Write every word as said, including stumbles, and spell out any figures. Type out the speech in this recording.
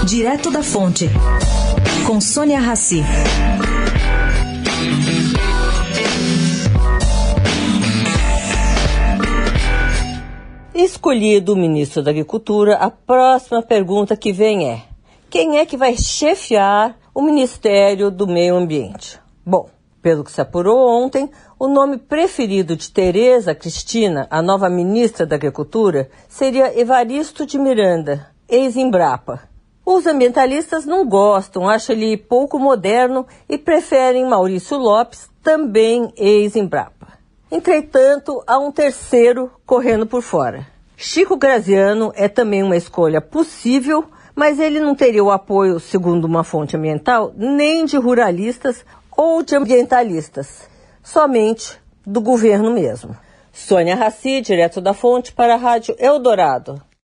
Direto da Fonte, com Sônia Rassi. Escolhido o ministro da Agricultura, a próxima pergunta que vem é: quem é que vai chefiar o Ministério do Meio Ambiente? Bom, pelo que se apurou ontem, o nome preferido de Tereza Cristina, a nova ministra da Agricultura, seria Evaristo de Miranda, ex-Embrapa. Os ambientalistas não gostam, acham ele pouco moderno e preferem Maurício Lopes, também ex-Embrapa. Entretanto, há um terceiro correndo por fora. Chico Graziano é também uma escolha possível, mas ele não teria o apoio, segundo uma fonte ambiental, nem de ruralistas ou de ambientalistas, somente do governo mesmo. Sônia Rassi, direto da Fonte, para a Rádio Eldorado.